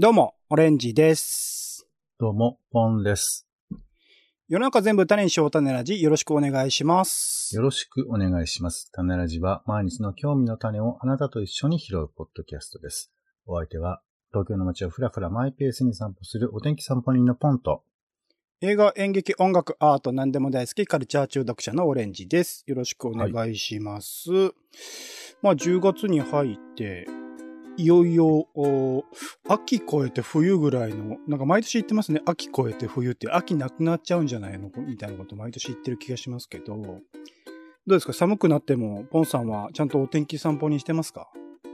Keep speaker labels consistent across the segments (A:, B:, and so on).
A: どうも、オレンジです。
B: どうも、ポンです。
A: 世の中全部種にしよう種ラジ、よろしくお願いします。
B: よろしくお願いします。種ラジは毎日の興味の種をあなたと一緒に拾うポッドキャストです。お相手は東京の街をふらふらマイペースに散歩するお天気散歩人のポンと、
A: 映画、演劇、音楽、アート、何でも大好きカルチャー中毒者のオレンジです。よろしくお願いします。はい、10月に入って、いよいよ、秋越えて冬ぐらいの、なんか毎年言ってますね。秋越えて冬って秋なくなっちゃうんじゃないのみたいなこと毎年言ってる気がしますけど、どうですか？寒くなっても、ポンさんはちゃんとお天気散歩にしてますか？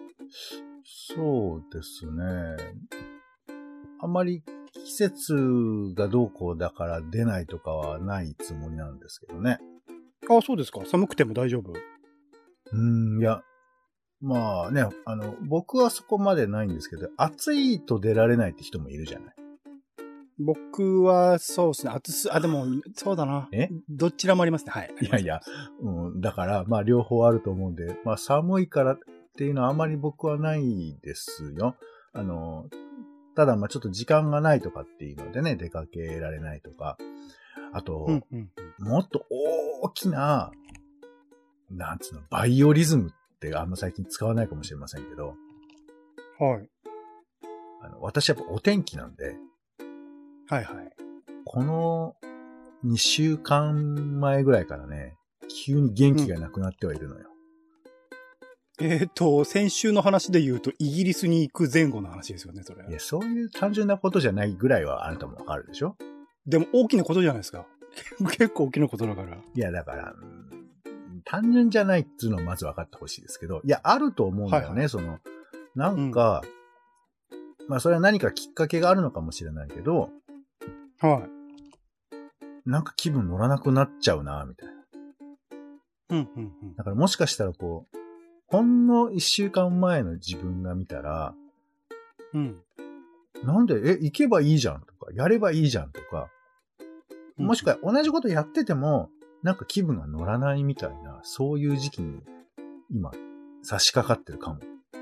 B: そうですね。あんまり季節がどうこうだから出ないとかはないつもりなんですけどね。
A: あ、そうですか。寒くても大丈夫？
B: いや、まあね、僕はそこまでないんですけど、暑いと出られないって人もいるじゃない。
A: 僕は、そうですね。でも、そうだな。どちらもありますね。はい。
B: いや、だから、まあ両方あると思うんで、まあ寒いからっていうのはあまり僕はないですよ。ただまあちょっと時間がないとかっていうのでね、出かけられないとか。あと、もっと大きな、なんつうの、バイオリズムってあんま最近使わないかもしれませんけど。
A: はい。
B: 私やっぱお天気なんで。
A: はいはい。
B: この2週間前ぐらいからね、急に元気がなくなってはいるのよ。
A: 先週の話で言うと、イギリスに行く前後の話ですよね、それ。
B: いや、そういう単純なことじゃないぐらいはあなたもわかるでしょ？
A: でも大きなことじゃないですか。結構大きなことだから。い
B: や、だから、単純じゃないっていうのをまず分かってほしいですけど、いや、あると思うんだよね、はいはい、なんか、まあ、それは何かきっかけがあるのかもしれないけど、
A: はい。
B: なんか気分乗らなくなっちゃうな、みたいな。だからもしかしたらほんの1週間前の自分が見たら、なんで、行けばいいじゃんとか、やればいいじゃんとか、もしくは同じことやってても、なんか気分が乗らないみたいな、そういう時期に今、差し掛かってるかも。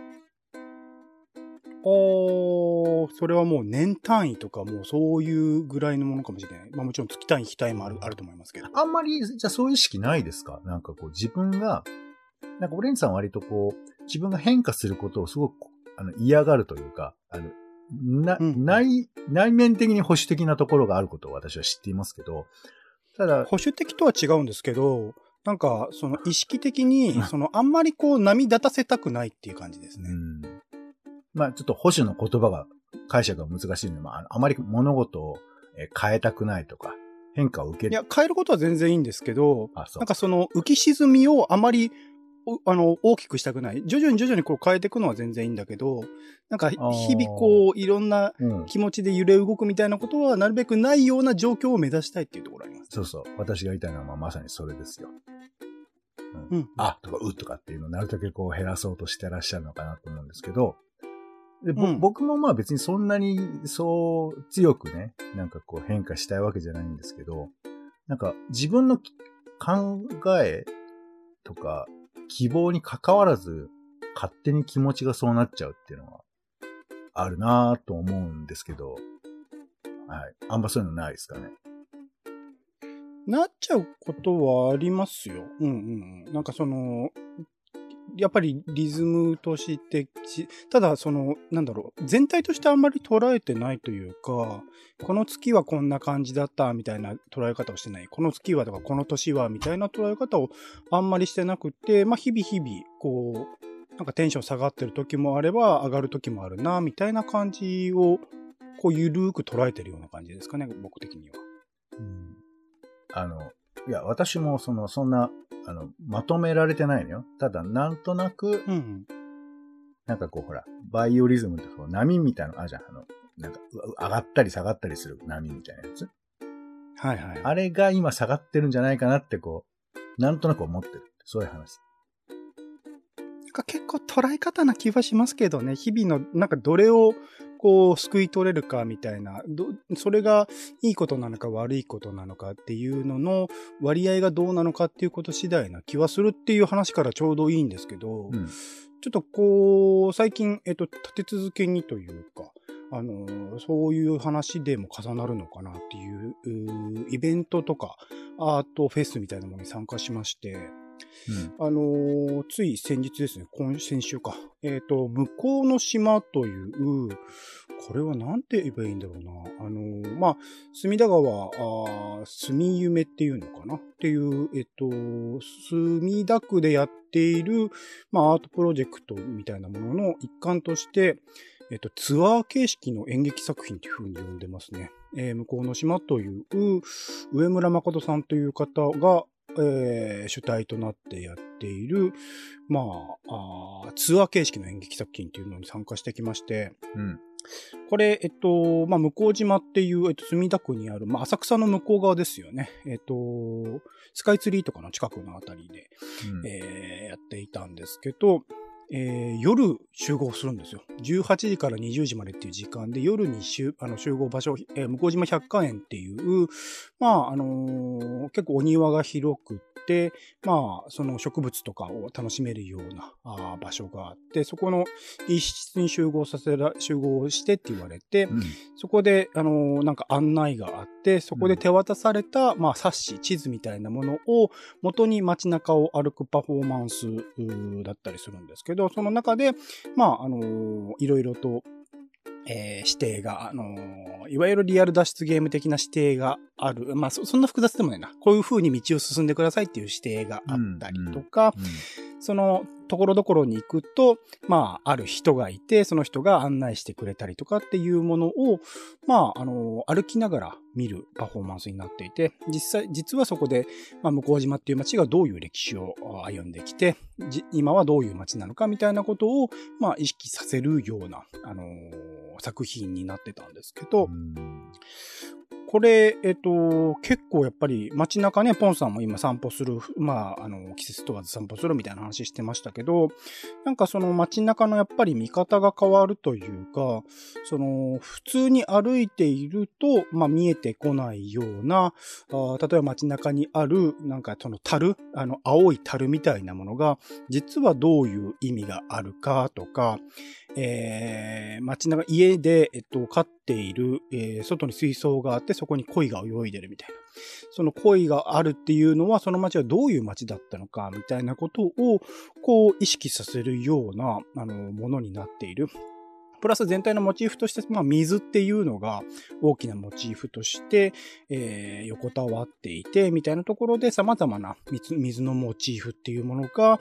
A: それはもう年単位とかもうそういうぐらいのものかもしれない。まあもちろん月単位、日単位もあると思いますけど。
B: あんまり、じゃあそういう意識ないですか？なんか自分が、なんかオレンジさんは割と自分が変化することをすごく、嫌がるというか、内面的に保守的なところがあることを私は知っていますけど、ただ、
A: 保守的とは違うんですけど、なんか、意識的に、あんまり波立たせたくないっていう感じですね。
B: まあ、ちょっと保守の言葉が、解釈が難しいので、まあ、あまり物事を変えたくないとか、変化を受ける。
A: いや、変えることは全然いいんですけど、なんか浮き沈みをあまり、大きくしたくない。徐々に変えていくのは全然いいんだけど、なんか、日々いろんな気持ちで揺れ動くみたいなことは、なるべくないような状況を目指したいっていうところあります。
B: そうそう。私が言いたいのは、まさにそれですよ。あ、とか、とかっていうのをなるだけ減らそうとしてらっしゃるのかなと思うんですけど、で僕もまあ別にそんなにそう強くね、なんか変化したいわけじゃないんですけど、なんか自分の考えとか希望に関わらず勝手に気持ちがそうなっちゃうっていうのはあるなぁと思うんですけど、はい。あんまそういうのないですかね。
A: なっちゃうことはありますよ。なんかやっぱりリズムとして、ただなんだろう、全体としてあんまり捉えてないというか、この月はこんな感じだったみたいな捉え方をしてない。この月はとかこの年はみたいな捉え方をあんまりしてなくて、まあ日々、なんかテンション下がってる時もあれば上がる時もあるな、みたいな感じを、ゆるーく捉えてるような感じですかね、僕的には。
B: いや、私もそんな、まとめられてないのよ。ただ、なんとなく、なんかほら、バイオリズムって波みたいなのあるじゃん。なんか、上がったり下がったりする波みたいなやつ。
A: はいはい。
B: あれが今下がってるんじゃないかなってなんとなく思ってる。そういう話。
A: 結構捉え方な気はしますけどね。日々の、なんかどれを、救い取れるかみたいな、それがいいことなのか悪いことなのかっていうのの割合がどうなのかっていうこと次第な気はするっていう話からちょうどいいんですけど、ちょっと最近、立て続けにというか、 そういう話でも重なるのかなっていうイベントとかアートフェスみたいなものに参加しまして、つい先日ですね、先週か。向こうの島という、これはなんて言えばいいんだろうな。隅田川、隅夢っていうのかなっていう、墨田区でやっている、アートプロジェクトみたいなものの一環として、ツアー形式の演劇作品という風に呼んでますね。向こうの島という、上村誠さんという方が、主体となってやっている、ツアー形式の演劇作品というのに参加してきまして、これ、向島っていう、墨田区にある、浅草の向こう側ですよね。スカイツリーとかの近くのあたりで、やっていたんですけど、夜集合するんですよ。18時から20時までっていう時間で、夜に集合場所、向島百花園っていう、結構お庭が広くって、その植物とかを楽しめるような場所があって、そこの一室に集合してって言われて、そこで、なんか案内があって、そこで手渡された、冊子、地図みたいなものを元に街中を歩くパフォーマンスだったりするんですけど、その中で、いろいろと、指定が、いわゆるリアル脱出ゲーム的な指定がある。そんな複雑でもないな。こういう風に道を進んでくださいっていう指定があったりとか、その、ところどころに行くと、ある人がいて、その人が案内してくれたりとかっていうものを、歩きながら見るパフォーマンスになっていて、実はそこで、向島っていう街がどういう歴史を歩んできて、今はどういう街なのかみたいなことを、意識させるような、作品になってたんですけど、これ、結構やっぱり街中ね、ポンさんも今散歩する、季節問わず散歩するみたいな話してましたけど、なんかその街中のやっぱり見方が変わるというか、その普通に歩いていると、見えてこないような、例えば街中にある、なんかその樽、青い樽みたいなものが、実はどういう意味があるかとか、街中、家で、飼っている、外に水槽があって、そこに鯉が泳いでるみたいな。その鯉があるっていうのは、その街はどういう街だったのか、みたいなことを、こう、意識させるような、ものになっている。プラス全体のモチーフとして、水っていうのが大きなモチーフとして、横たわっていて、みたいなところで様々な水のモチーフっていうものが、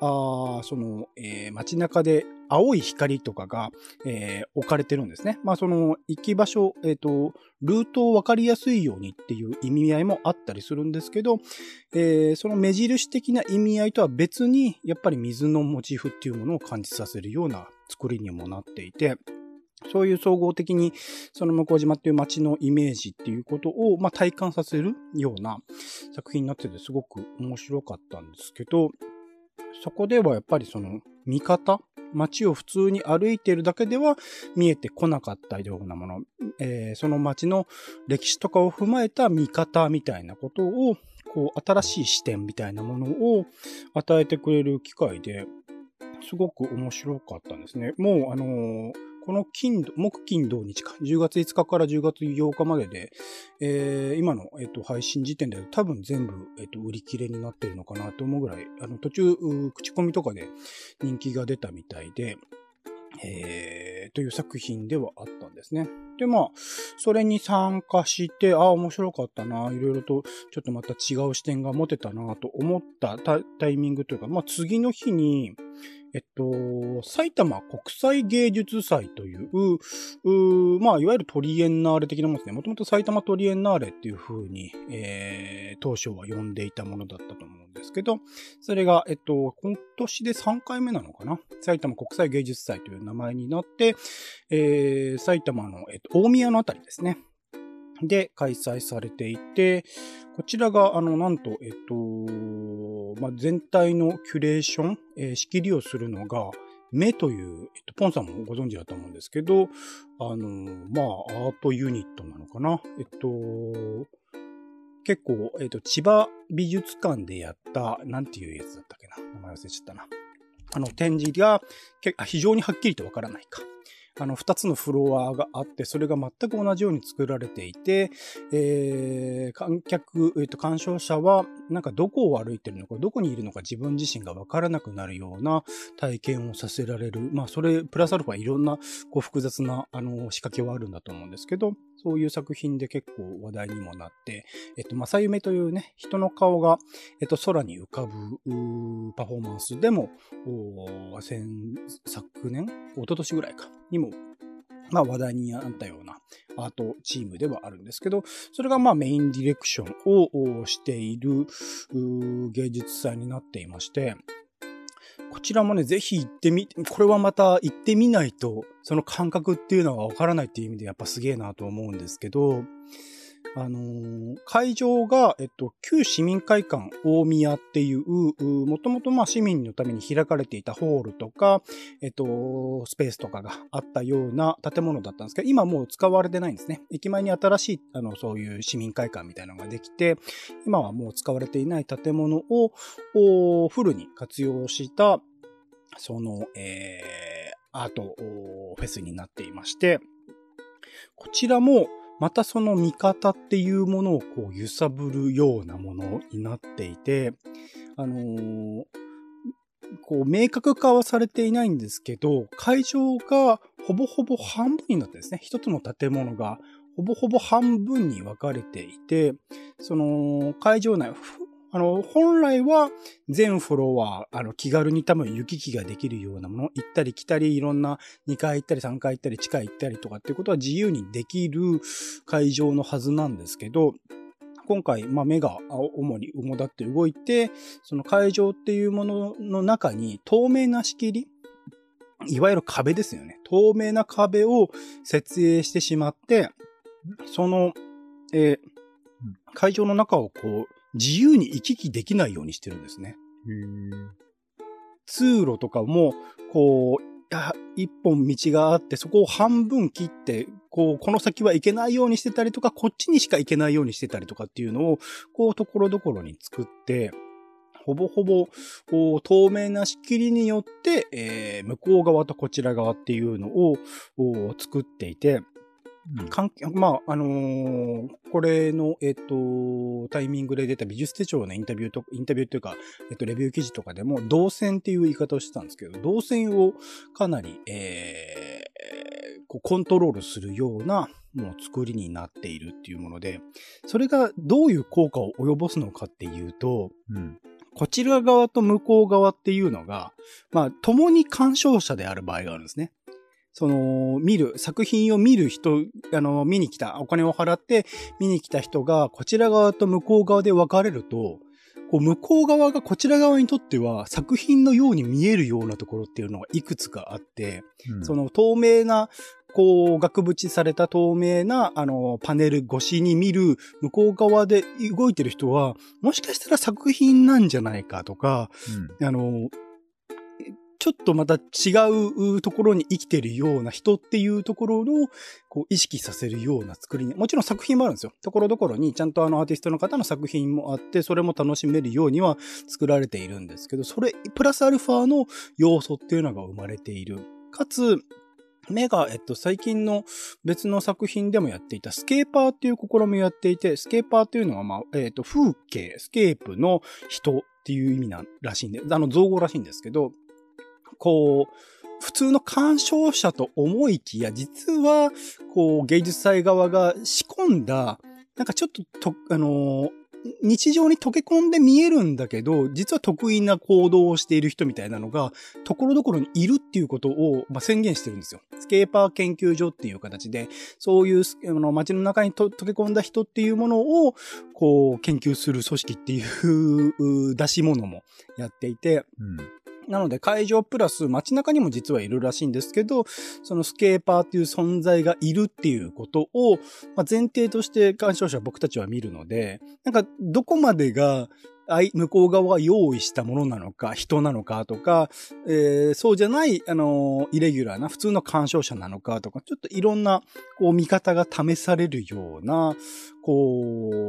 A: 街中で青い光とかが、置かれてるんですね。その行き場所、ルートを分かりやすいようにっていう意味合いもあったりするんですけど、その目印的な意味合いとは別に、やっぱり水のモチーフっていうものを感じさせるような作りにもなっていて、そういう総合的にその向島っていう街のイメージっていうことを体感させるような作品になっててすごく面白かったんですけど、そこではやっぱりその見方、街を普通に歩いているだけでは見えてこなかったようなもの、その街の歴史とかを踏まえた見方みたいなことを、こう新しい視点みたいなものを与えてくれる機会ですごく面白かったんですね。もうこの木金土日か、10月5日から10月8日までで、今の、配信時点で多分全部、売り切れになってるのかなと思うぐらい、途中、口コミとかで人気が出たみたいで、という作品ではあったんですね。で、それに参加して、面白かったな、いろいろとちょっとまた違う視点が持てたなと思ったタイミングというか、次の日に、埼玉国際芸術祭という、いわゆるトリエンナーレ的なものですね。もともと埼玉トリエンナーレっていう風に、当初は呼んでいたものだったと思うんですけど、それが、今年で3回目なのかな。埼玉国際芸術祭という名前になって、埼玉の、大宮のあたりですね。で開催されていて、こちらが、なんと、全体のキュレーション、仕切りをするのが、目という、ポンさんもご存知だと思うんですけど、アートユニットなのかな。結構、千葉美術館でやった、なんていうやつだったっけな。名前忘れちゃったな。展示が、非常にはっきりとわからないか。 二つのフロアがあって、それが全く同じように作られていて、鑑賞者は、なんかどこを歩いてるのか、どこにいるのか自分自身がわからなくなるような体験をさせられる。まあ、それ、プラスアルファいろんな、複雑な、仕掛けはあるんだと思うんですけど、そういう作品で結構話題にもなって、正夢というね、人の顔が、空に浮かぶ、パフォーマンスでも、昨年一昨年ぐらいか、にも、まあ話題になったようなアートチームではあるんですけど、それがまあメインディレクションをしている芸術祭になっていまして、こちらもね、ぜひ行ってみ、これはまた行ってみないと、その感覚っていうのがわからないっていう意味でやっぱすげえなと思うんですけど、会場が、旧市民会館大宮っていう、もともとまあ市民のために開かれていたホールとか、スペースとかがあったような建物だったんですけど、今もう使われてないんですね。駅前に新しい、そういう市民会館みたいなのができて、今はもう使われていない建物をフルに活用した、その、アートフェスになっていまして、こちらも、またその見方っていうものを揺さぶるようなものになっていて、明確化はされていないんですけど、会場がほぼほぼ半分になってですね、一つの建物がほぼほぼ半分に分かれていて、その会場内、本来は全フロア、気軽に多分行き来ができるようなもの、行ったり来たり、いろんな2回行ったり3回行ったり地下行ったりとかっていうことは自由にできる会場のはずなんですけど、今回、目が主に主だって動いて、その会場っていうものの中に透明な仕切り、いわゆる壁ですよね。透明な壁を設営してしまって、その、会場の中を自由に行き来できないようにしてるんですね。通路とかも、一本道があって、そこを半分切って、この先は行けないようにしてたりとか、こっちにしか行けないようにしてたりとかっていうのを、ところどころに作って、ほぼほぼ、透明な仕切りによって、向こう側とこちら側っていうのを作っていて、これの、タイミングで出た美術手帳のインタビューというか、レビュー記事とかでも、動線っていう言い方をしてたんですけど、動線をかなり、コントロールするような、もう作りになっているっていうもので、それがどういう効果を及ぼすのかっていうと、こちら側と向こう側っていうのが、共に鑑賞者である場合があるんですね。作品を見る人、見に来た、お金を払って見に来た人が、こちら側と向こう側で分かれると、向こう側がこちら側にとっては作品のように見えるようなところっていうのがいくつかあって、その透明な、額縁された透明な、パネル越しに見る向こう側で動いてる人は、もしかしたら作品なんじゃないかとか、ちょっとまた違うところに生きてるような人っていうところを意識させるような作りに、もちろん作品もあるんですよ。ところどころにちゃんとアーティストの方の作品もあって、それも楽しめるようには作られているんですけど、それプラスアルファの要素っていうのが生まれている。かつ、目が、最近の別の作品でもやっていたスケーパーっていう試みをやっていて、スケーパーっていうのは、風景、スケープの人っていう意味らしいんで、造語らしいんですけど、普通の鑑賞者と思いきや、実は、芸術祭側が仕込んだ、なんかちょっと、日常に溶け込んで見えるんだけど、実は得意な行動をしている人みたいなのが、ところどころにいるっていうことを、宣言してるんですよ。スケーパー研究所っていう形で、そういう、街の中に溶け込んだ人っていうものを、研究する組織っていう出し物もやっていて、なので会場プラス街中にも実はいるらしいんですけど、そのスケーパーっていう存在がいるっていうことを、前提として鑑賞者は僕たちは見るので、なんかどこまでが向こう側が用意したものなのか、人なのかとか、そうじゃない、イレギュラーな普通の鑑賞者なのかとか、ちょっといろんな、見方が試されるような、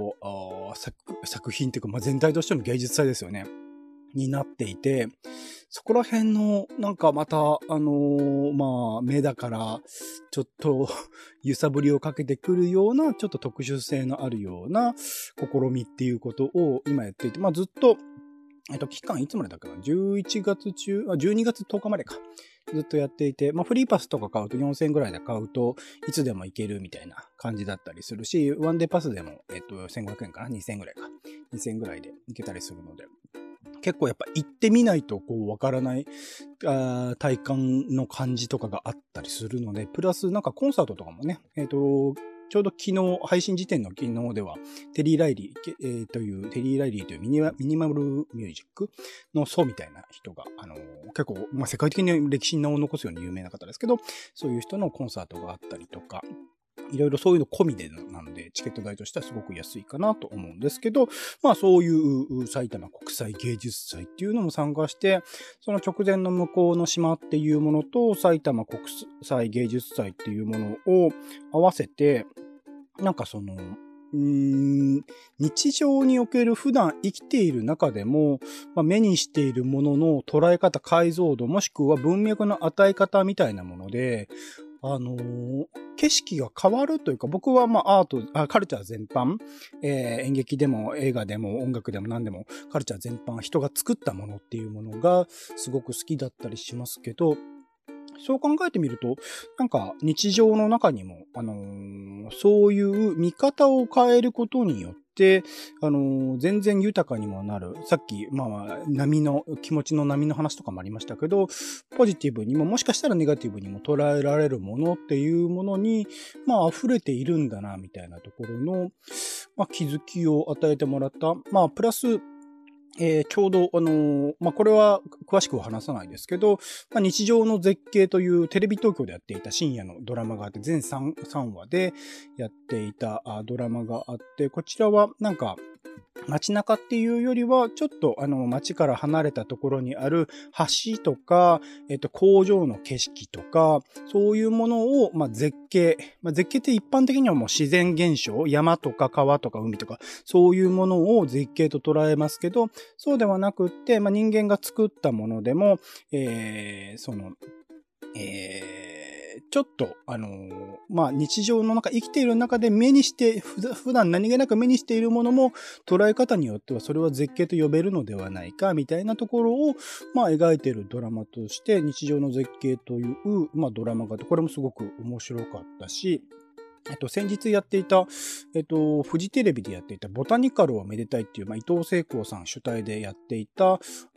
A: 作品っていうか、全体としての芸術祭ですよね。になっていて、 そこら辺の、なんかまた、まあ、目だから、ちょっと揺さぶりをかけてくるような、ちょっと特殊性のあるような試みっていうことを今やっていて、まあずっと、期間いつまでだっけな ?11 月中、12月10日までか。ずっとやっていて、まあフリーパスとか買うと4000円ぐらいで買うといつでも行けるみたいな感じだったりするし、ワンデーパスでも、1500円かな ?2000 円ぐらいか。2000円ぐらいで行けたりするので。結構やっぱ行ってみないとこうわからない体感の感じとかがあったりするので、プラスなんかコンサートとかもね、ちょうど昨日、配信時点の昨日では、テリー・ライリー、というミニマルミュージックのソみたいな人が、結構、まあ、世界的に歴史に名を残すように有名な方ですけど、そういう人のコンサートがあったりとか、いろいろそういうの込みでなので、チケット代としてはすごく安いかなと思うんですけど、まあそういう埼玉国際芸術祭っていうのも参加して、その直前の向こうの島っていうものと埼玉国際芸術祭っていうものを合わせて、なんかその、日常における普段生きている中でも、まあ、目にしているものの捉え方、解像度、もしくは文脈の与え方みたいなもので、景色が変わるというか、僕はまあカルチャー全般、演劇でも映画でも音楽でも何でも、カルチャー全般、人が作ったものっていうものがすごく好きだったりしますけど、そう考えてみると、なんか日常の中にも、そういう見方を変えることによって、全然豊かにもなる。さっき、まあ、気持ちの波の話とかもありましたけど、ポジティブにも、もしかしたらネガティブにも捉えられるものっていうものに、まあ、溢れているんだな、みたいなところの、まあ、気づきを与えてもらった。まあ、プラス、ちょうど、まあ、これは詳しくは話さないですけど、まあ、日常の絶景というテレビ東京でやっていた深夜のドラマがあって、全3話でやっていたドラマがあって、こちらはなんか、街中っていうよりは、ちょっと街から離れたところにある橋とか、工場の景色とか、そういうものを、まあ、絶景。まあ、絶景って一般的にはもう自然現象、山とか川とか海とか、そういうものを絶景と捉えますけど、そうではなくって、まあ、人間が作ったものでも、ちょっと、まあ、日常の中、生きている中で普段何気なく目にしているものも捉え方によってはそれは絶景と呼べるのではないか、みたいなところを、まあ、描いているドラマとして、日常の絶景という、まあ、ドラマがあって、これもすごく面白かったし、先日やっていた、フジテレビでやっていたボタニカルをめでたいっていう、まあ、伊藤聖光さん主体でやっていた、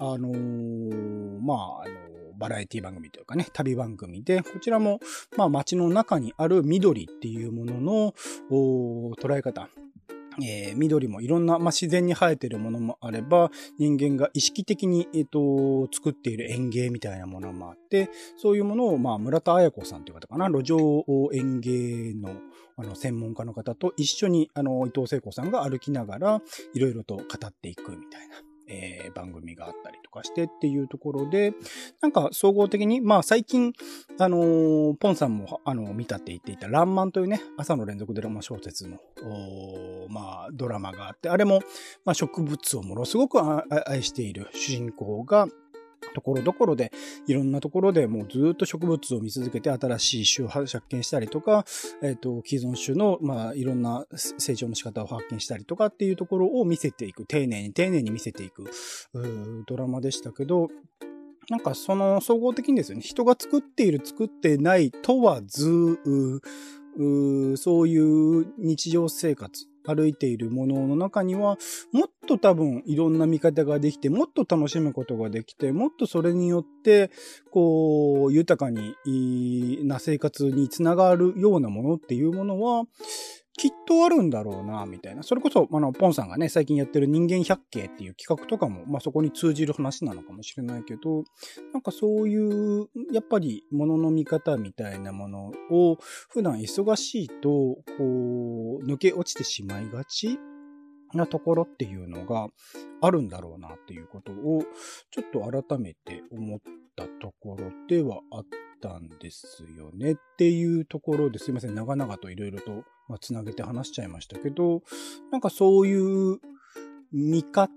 A: バラエティ番組というかね、旅番組で、こちらも、まあ、街の中にある緑っていうものの、捉え方。緑もいろんな、まあ、自然に生えているものもあれば、人間が意識的に、作っている園芸みたいなものもあって、そういうものを、まあ、村田彩子さんという方かな、路上園芸の、専門家の方と一緒に、伊藤聖子さんが歩きながら、いろいろと語っていくみたいな。番組があったりとかしてっていうところで、なんか総合的に、まあ最近、ポンさんも、見たって言っていた、らんまんというね、朝の連続ドラマ小説の、まあドラマがあって、あれも、まあ植物をものすごく愛している主人公が、ところどころで、いろんなところでもうずっと植物を見続けて新しい種を発見したりとか、既存種の、まあ、いろんな成長の仕方を発見したりとかっていうところを見せていく、丁寧に見せていく、ドラマでしたけど、なんかその総合的にですよね、人が作っている作ってない問わず、そういう日常生活、歩いているものの中には、もっと多分いろんな見方ができて、もっと楽しむことができて、もっとそれによって、こう、豊かな生活につながるようなものっていうものは、きっとあるんだろうな、みたいな。それこそ、ポンさんがね、最近やってる人間百景っていう企画とかも、まあそこに通じる話なのかもしれないけど、なんかそういう、やっぱり物の見方みたいなものを、普段忙しいと、こう、抜け落ちてしまいがちなところっていうのがあるんだろうなっていうことを、ちょっと改めて思ったところではあったんですよねっていうところですいません、長々といろいろと、つなげて話しちゃいましたけど、なんかそういう見方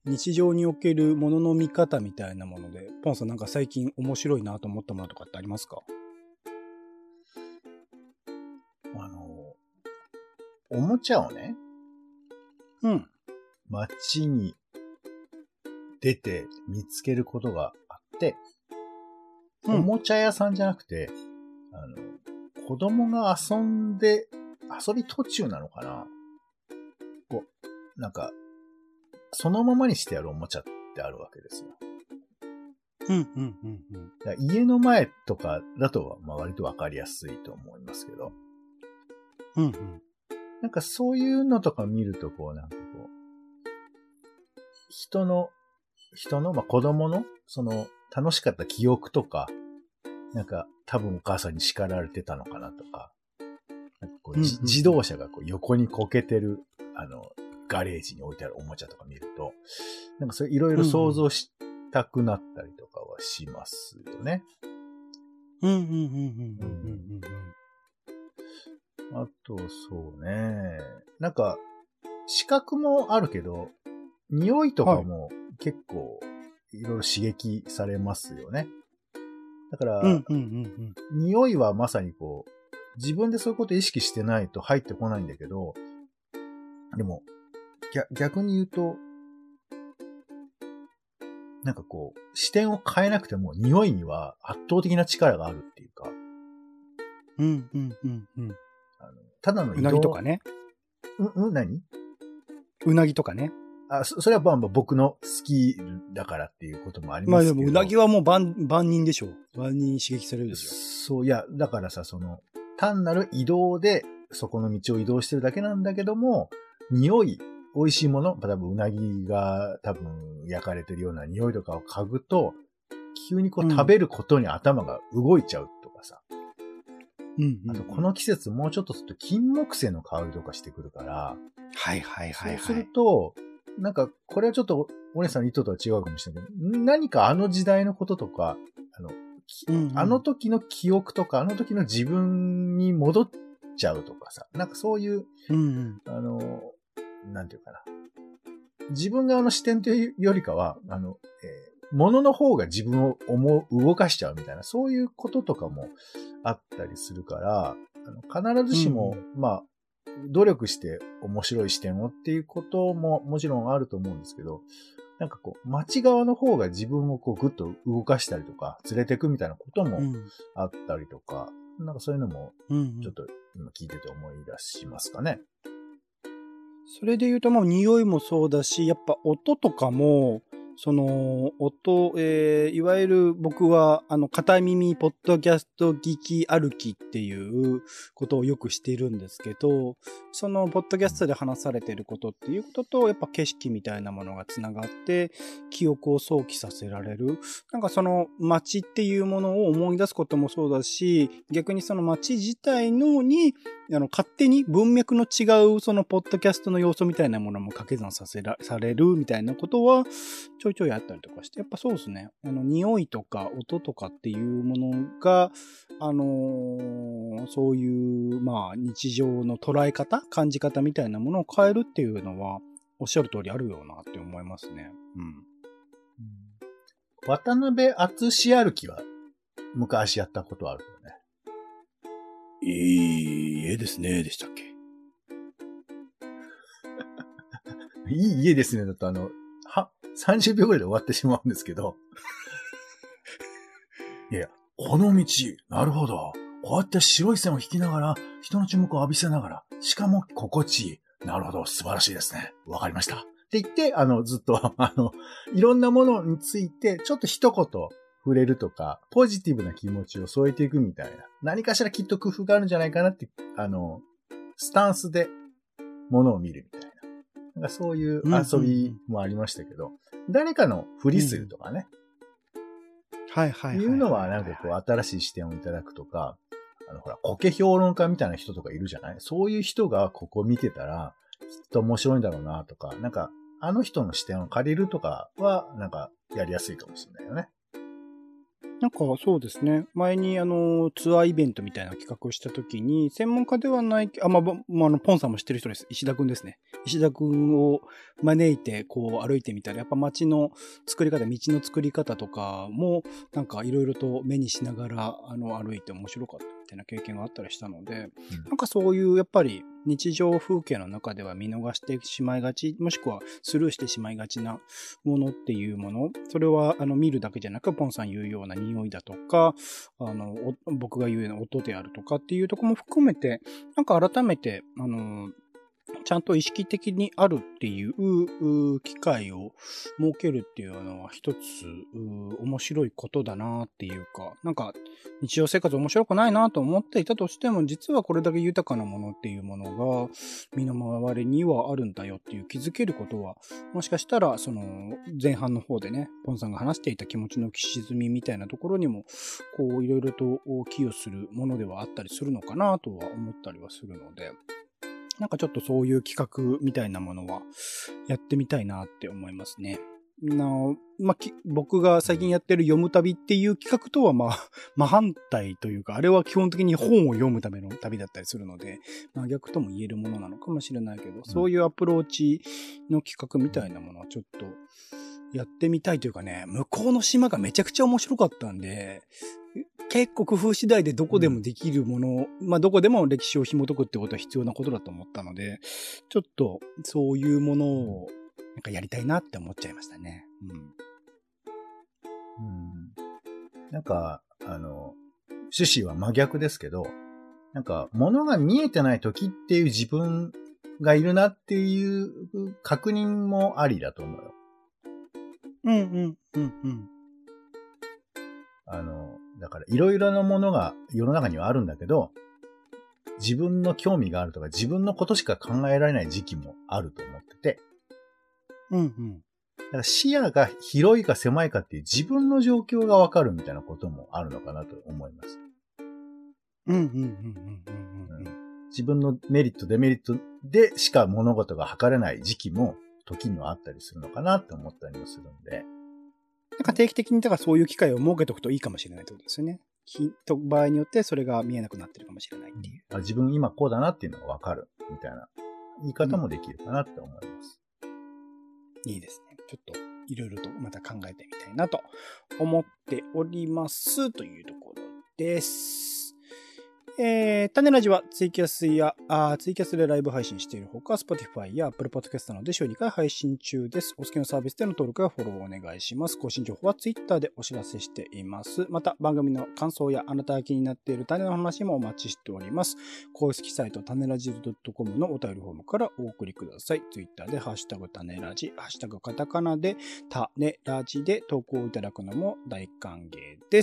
A: 日常におけるものの見方みたいなもので、ポンさんなんか最近面白いなと思ったものとかってありますか？
B: おもちゃをね、
A: うん。
B: 街に出て見つけることがあって、おもちゃ屋さんじゃなくて、子供が遊び途中なのかな？なんか、そのままにしてやるおもちゃってあるわけですよ。家の前とかだと、まあ割とわかりやすいと思いますけど。なんかそういうのとか見ると、なんか人の、まあ子供の、楽しかった記憶とか、なんか多分お母さんに叱られてたのかなとか、なんか自動車が横にこけてる、ガレージに置いてあるおもちゃとか見ると、なんかそれいろいろ想像したくなったりとかはしますよね。あと、そうね。なんか、視覚もあるけど、匂いとかも結構いろいろ刺激されますよね。だから、匂いはまさに自分でそういうこと意識してないと入ってこないんだけど、でも、逆に言うと、なんか視点を変えなくても匂いには圧倒的な力があるっていうか。ただの
A: うなぎとかね。
B: 何？
A: うなぎとかね。
B: それは僕の好きだからっていうこともありますけど。
A: まあでもうなぎはもう万人でしょう。万人刺激されるでしょ。
B: そう、いや、だからさ、単なる移動でそこの道を移動してるだけなんだけども、匂い、美味しいもの、例えばうなぎが多分焼かれてるような匂いとかを嗅ぐと、急に食べることに頭が動いちゃうとかさ。あとこの季節もうちょっとすると金木犀の香りとかしてくるから、そうすると、なんかこれはちょっとお姉さんの意図とは違うかもしれないけど、何かあの時代のこととか、あの時の記憶とか、あの時の自分に戻っちゃうとかさ、なんかそういう、なんていうかな。自分側の視点というよりかは、物の方が自分を動かしちゃうみたいな、そういうこととかもあったりするから、必ずしも、まあ、努力して面白い視点をっていうことももちろんあると思うんですけど、なんか街側の方が自分をぐっと動かしたりとか、連れてくみたいなこともあったりとか、なんかそういうのも、ちょっと今聞いてて思い出しますかね。
A: それで言うと、匂いもそうだし、やっぱ音とかも、音、いわゆる僕は、片耳ポッドキャスト聞き歩きっていうことをよくしているんですけど、そのポッドキャストで話されていることっていうことと、やっぱ景色みたいなものがつながって、記憶を想起させられる。なんか街っていうものを思い出すこともそうだし、逆にその街自体のに、勝手に文脈の違うそのポッドキャストの要素みたいなものも掛け算されるみたいなことはちょいちょいあったりとかして、やっぱそうですね。匂いとか音とかっていうものが、そういう、まあ日常の捉え方、感じ方みたいなものを変えるっていうのは、おっしゃる通りあるよなって思いますね。
B: 渡辺篤歩きは昔やったことあるよね。
A: いい家ですね、でしたっけ？
B: いい家ですね。だと30秒ぐらいで終わってしまうんですけど。いや、この道、なるほど。こうやって白い線を引きながら、人の注目を浴びせながら、しかも心地いい。なるほど、素晴らしいですね。わかりました。って言って、ずっと、いろんなものについて、ちょっと一言触れるとか、ポジティブな気持ちを添えていくみたいな。何かしらきっと工夫があるんじゃないかなって、スタンスで物を見るみたいな。なんかそういう遊びもありましたけど、誰かのふりするとかね。いうのはなんか新しい視点をいただくとか、ほら、苔評論家みたいな人とかいるじゃない？そういう人がここ見てたら、きっと面白いんだろうなとか、なんか、あの人の視点を借りるとかは、なんか、やりやすいかもしれないよね。
A: なんかそうですね。前にツアーイベントみたいな企画をしたときに、専門家ではない、ポンさんも知ってる人です。石田くんですね。石田くんを招いてこう歩いてみたら、やっぱ街の作り方、道の作り方とかも、なんかいろいろと目にしながら歩いて面白かったみたいな経験があったりしたので、なんかそういうやっぱり日常風景の中では見逃してしまいがち、もしくはスルーしてしまいがちなものっていうもの、それは見るだけじゃなく、ポンさん言うような匂いだとか、僕が言うような音であるとかっていうところも含めて、なんか改めて、ちゃんと意識的にあるっていう機会を設けるっていうのは一つ面白いことだなっていうか、なんか日常生活面白くないなと思っていたとしても、実はこれだけ豊かなものっていうものが身の回りにはあるんだよっていう気づけることは、もしかしたらその前半の方でね、ポンさんが話していた気持ちの浮き沈みみたいなところにも、こういろいろと寄与するものではあったりするのかなとは思ったりはするので、なんかちょっとそういう企画みたいなものはやってみたいなって思いますね。僕が最近やってる読む旅っていう企画とは真反対というか、あれは基本的に本を読むための旅だったりするので、逆とも言えるものなのかもしれないけど、そういうアプローチの企画みたいなものはちょっとやってみたいというかね、向こうの島がめちゃくちゃ面白かったんで、結構工夫次第でどこでもできるもの、どこでも歴史を紐解くってことは必要なことだと思ったので、ちょっとそういうものをなんかやりたいなって思っちゃいましたね。
B: なんか、趣旨は真逆ですけど、なんか、物が見えてない時っていう自分がいるなっていう確認もありだと思うよ。だからいろいろなものが世の中にはあるんだけど、自分の興味があるとか自分のことしか考えられない時期もあると思ってて。だから視野が広いか狭いかっていう自分の状況がわかるみたいなこともあるのかなと思います。自分のメリットデメリットでしか物事が測れない時期も時にはあったりするのかなって思ったりもするんで。
A: なんか定期的にだからそういう機会を設けておくといいかもしれないってことですよね。場合によってそれが見えなくなってるかもしれないっていう。
B: 自分今こうだなっていうのがわかるみたいな言い方もできるかなって思います。
A: いいですね。ちょっといろいろとまた考えてみたいなと思っておりますというところです。種ラジはツイキャスでライブ配信しているほか、Spotify や Apple Podcast などで週2回配信中です。お好きなサービスでの登録やフォローをお願いします。更新情報は Twitter でお知らせしています。また、番組の感想やあなたが気になっている種の話もお待ちしております。公式サイト種ラジ .com のお便りフォームからお送りください。Twitter でハッシュタグ種ラジ、ハッシュタグカタカナで種ラジで投稿いただくのも大歓迎です。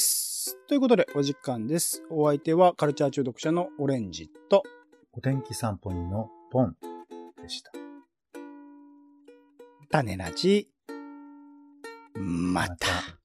A: ということで、お時間です。お相手はカルチャー中毒者のオレンジと
B: お天気散歩人のポンでした。
A: 種ラジまた。